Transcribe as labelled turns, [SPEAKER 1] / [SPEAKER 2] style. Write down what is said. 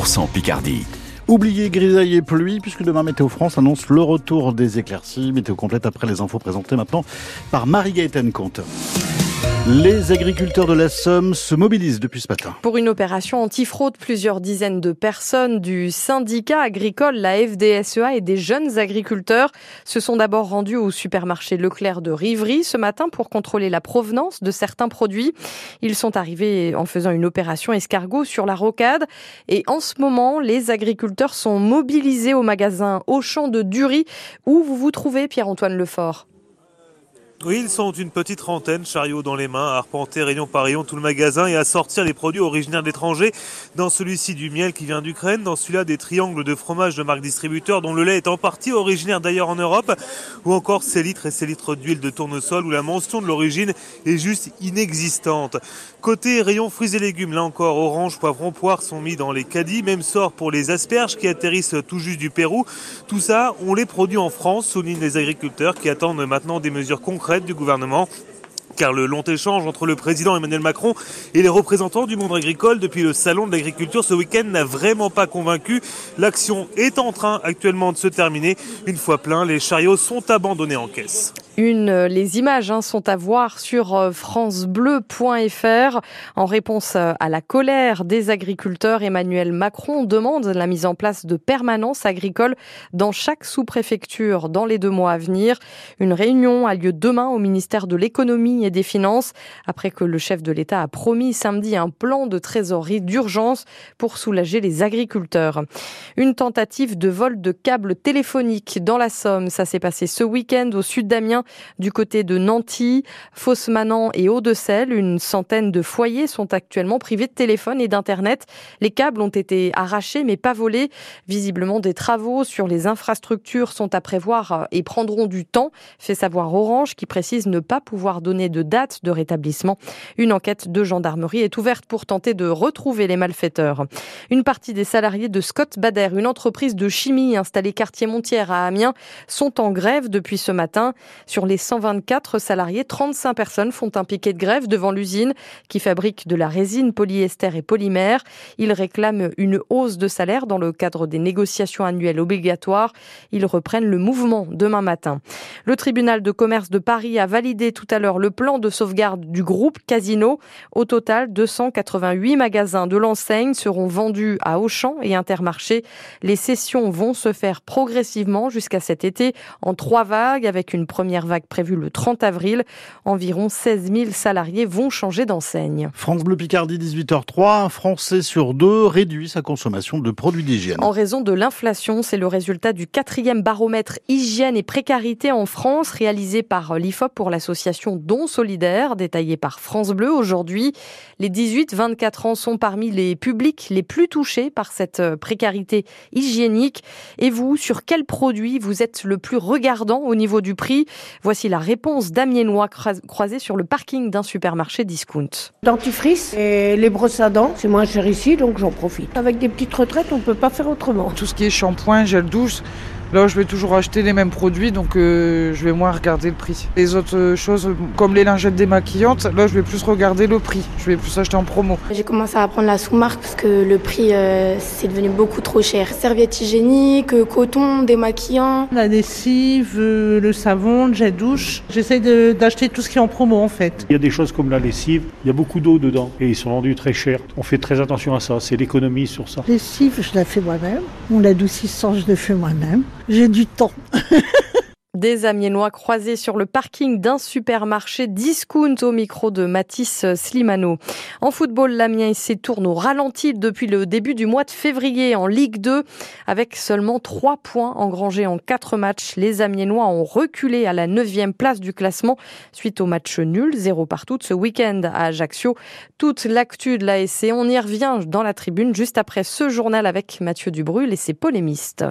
[SPEAKER 1] 100% Picardie.
[SPEAKER 2] Oubliez grisaille et pluie, puisque demain Météo France annonce le retour des éclaircies. Météo complète après les infos présentées maintenant par Marie-Gaëtane Comte. Les agriculteurs de la Somme se mobilisent depuis ce matin.
[SPEAKER 3] Pour une opération anti-fraude, plusieurs dizaines de personnes du syndicat agricole, la FDSEA et des jeunes agriculteurs se sont d'abord rendus au supermarché Leclerc de Rivry ce matin pour contrôler la provenance de certains produits. Ils sont arrivés en faisant une opération escargot sur la rocade. Et en ce moment, les agriculteurs sont mobilisés au magasin Auchan de Dury où vous vous trouvez, Pierre-Antoine Lefort.
[SPEAKER 4] Oui, ils sont une petite trentaine, chariots dans les mains, à arpenter rayon par rayon tout le magasin et à sortir les produits originaires d'étrangers. Dans celui-ci, du miel qui vient d'Ukraine, dans celui-là, des triangles de fromage de marque distributeur dont le lait est en partie originaire d'ailleurs en Europe, ou encore ces litres et ces litres d'huile de tournesol où la mention de l'origine est juste inexistante. Côté rayon fruits et légumes, là encore, orange, poivron, poire sont mis dans les caddies, même sort pour les asperges qui atterrissent tout juste du Pérou. Tout ça, on les produit en France, soulignent les agriculteurs qui attendent maintenant des mesures concrètes du gouvernement. Car le long échange entre le président Emmanuel Macron et les représentants du monde agricole depuis le salon de l'agriculture ce week-end n'a vraiment pas convaincu. L'action est en train actuellement de se terminer. Une fois plein, les chariots sont abandonnés en caisse.
[SPEAKER 3] Les images sont à voir sur francebleu.fr. En réponse à la colère des agriculteurs, Emmanuel Macron demande la mise en place de permanences agricoles dans chaque sous-préfecture dans les 2 mois à venir. Une réunion a lieu demain au ministère de l'économie et des finances après que le chef de l'État a promis samedi un plan de trésorerie d'urgence pour soulager les agriculteurs. Une tentative de vol de câbles téléphoniques dans la Somme. Ça s'est passé ce week-end au sud d'Amiens. Du côté de Nanty, Fosmanan et Hauts-de-Selle, une centaine de foyers sont actuellement privés de téléphone et d'internet. Les câbles ont été arrachés mais pas volés. Visiblement, des travaux sur les infrastructures sont à prévoir et prendront du temps, fait savoir Orange qui précise ne pas pouvoir donner de date de rétablissement. Une enquête de gendarmerie est ouverte pour tenter de retrouver les malfaiteurs. Une partie des salariés de Scott Bader, une entreprise de chimie installée quartier Montière à Amiens, sont en grève depuis ce matin. Sur les 124 salariés, 35 personnes font un piquet de grève devant l'usine qui fabrique de la résine, polyester et polymère. Ils réclament une hausse de salaire dans le cadre des négociations annuelles obligatoires. Ils reprennent le mouvement demain matin. Le tribunal de commerce de Paris a validé tout à l'heure le plan de sauvegarde du groupe Casino. Au total, 288 magasins de l'enseigne seront vendus à Auchan et Intermarché. Les cessions vont se faire progressivement jusqu'à cet été en 3 vagues avec une première vague prévue le 30 avril. Environ 16 000 salariés vont changer d'enseigne.
[SPEAKER 2] France Bleu Picardie, 18h03. Un Français sur 2 réduit sa consommation de produits d'hygiène.
[SPEAKER 3] En raison de l'inflation, c'est le résultat du 4e baromètre hygiène et précarité en France, réalisé par l'IFOP pour l'association Don Solidaire, détaillé par France Bleu. Aujourd'hui, les 18-24 ans sont parmi les publics les plus touchés par cette précarité hygiénique. Et vous, sur quel produit vous êtes le plus regardant au niveau du prix ? Voici la réponse d'Amiénois croisés sur le parking d'un supermarché discount.
[SPEAKER 5] Dentifrice et les brosses à dents, c'est moins cher ici, donc j'en profite. Avec des petites retraites, on ne peut pas faire autrement.
[SPEAKER 6] Tout ce qui est shampoing, gel douche, là je vais toujours acheter les mêmes produits, donc je vais moins regarder le prix. Les autres choses, comme les lingettes démaquillantes, là je vais plus regarder le prix, je vais plus acheter en promo.
[SPEAKER 7] J'ai commencé à prendre la sous-marque parce que le prix c'est devenu beaucoup trop cher. Serviettes hygiéniques, coton, démaquillant.
[SPEAKER 8] La lessive, le savon, le gel douche. J'essaie d'acheter tout ce qui est en promo en fait.
[SPEAKER 9] Il y a des choses comme la lessive, il y a beaucoup d'eau dedans et ils sont vendus très cher. On fait très attention à ça, c'est l'économie sur ça.
[SPEAKER 10] Lessive, je la fais moi-même. Mon adoucissant, je le fais moi-même. J'ai du temps.
[SPEAKER 3] Des Amiénois croisés sur le parking d'un supermarché discount au micro de Mathis Slimano. En football, l'Amiens tourne au ralenti depuis le début du mois de février en Ligue 2. Avec seulement 3 points engrangés en 4 matchs, les Amiénois ont reculé à la 9e place du classement suite au match nul, 0 partout ce week-end à Ajaccio. Toute l'actu de l'ASC, on y revient dans la tribune juste après ce journal avec Mathieu Dubrulle et ses polémistes.